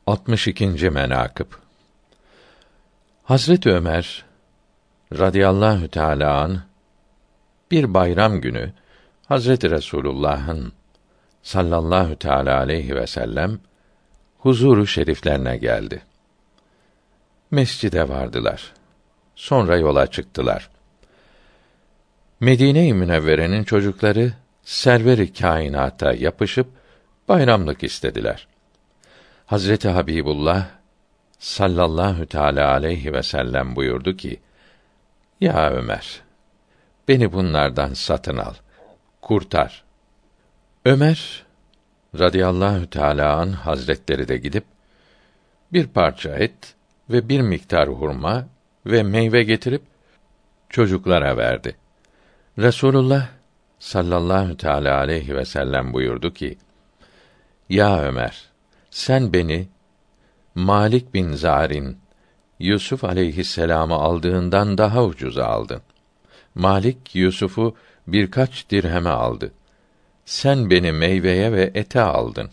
62. menakıb. Hazreti Ömer radıyallahu teâlâ anh bir bayram günü Hazreti Resulullah'ın sallallahu teâlâ aleyhi ve sellem huzuru şeriflerine geldi. Mescide vardılar. Sonra yola çıktılar. Medine-i Münevvere'nin çocukları server-i kainata yapışıp bayramlık istediler. Hazreti Habibullah sallallahu teâlâ aleyhi ve sellem buyurdu ki: Ya Ömer, beni bunlardan satın al, kurtar. Ömer radıyallahu teâlâ anh hazretleri de gidip bir parça et ve bir miktar hurma ve meyve getirip çocuklara verdi. Resulullah sallallahu teâlâ aleyhi ve sellem buyurdu ki: Ya Ömer, sen beni Malik bin Zar'in Yusuf aleyhisselam'ı aldığından daha ucuza aldın. Malik Yusuf'u birkaç dirheme aldı. Sen beni meyveye ve ete aldın.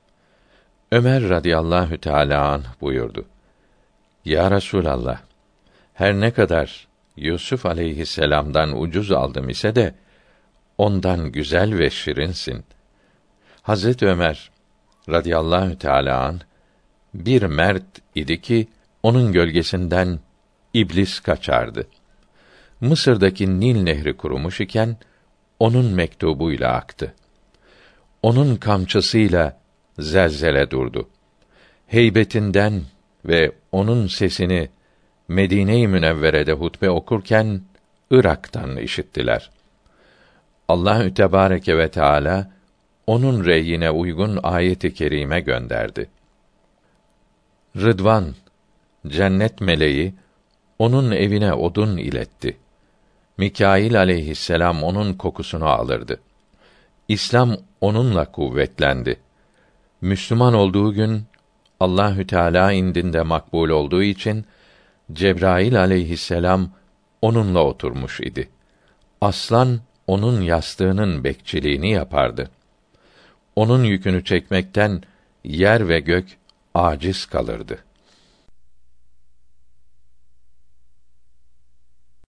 Ömer radıyallahu teâlâ anh buyurdu: Ya Resûlallah, her ne kadar Yusuf aleyhisselam'dan ucuz aldım ise de ondan güzel ve şirinsin. Hazreti Ömer radıyallahu teâlâ anh bir mert idi ki onun gölgesinden iblis kaçardı. Mısır'daki Nil nehri kurumuş iken onun mektubuyla aktı. Onun kamçısıyla zelzele durdu. Heybetinden ve onun sesini Medine-i Münevvere'de hutbe okurken Irak'tan işittiler. Allahü Tebareke ve Teâlâ onun reyine uygun ayet-i kerime gönderdi. Rıdvan, cennet meleği, onun evine odun iletti. Mikail aleyhisselam onun kokusunu alırdı. İslam onunla kuvvetlendi. Müslüman olduğu gün Allahü Teâlâ indinde makbul olduğu için Cebrail aleyhisselam onunla oturmuş idi. Aslan onun yastığının bekçiliğini yapardı. Onun yükünü çekmekten yer ve gök âciz kalırdı.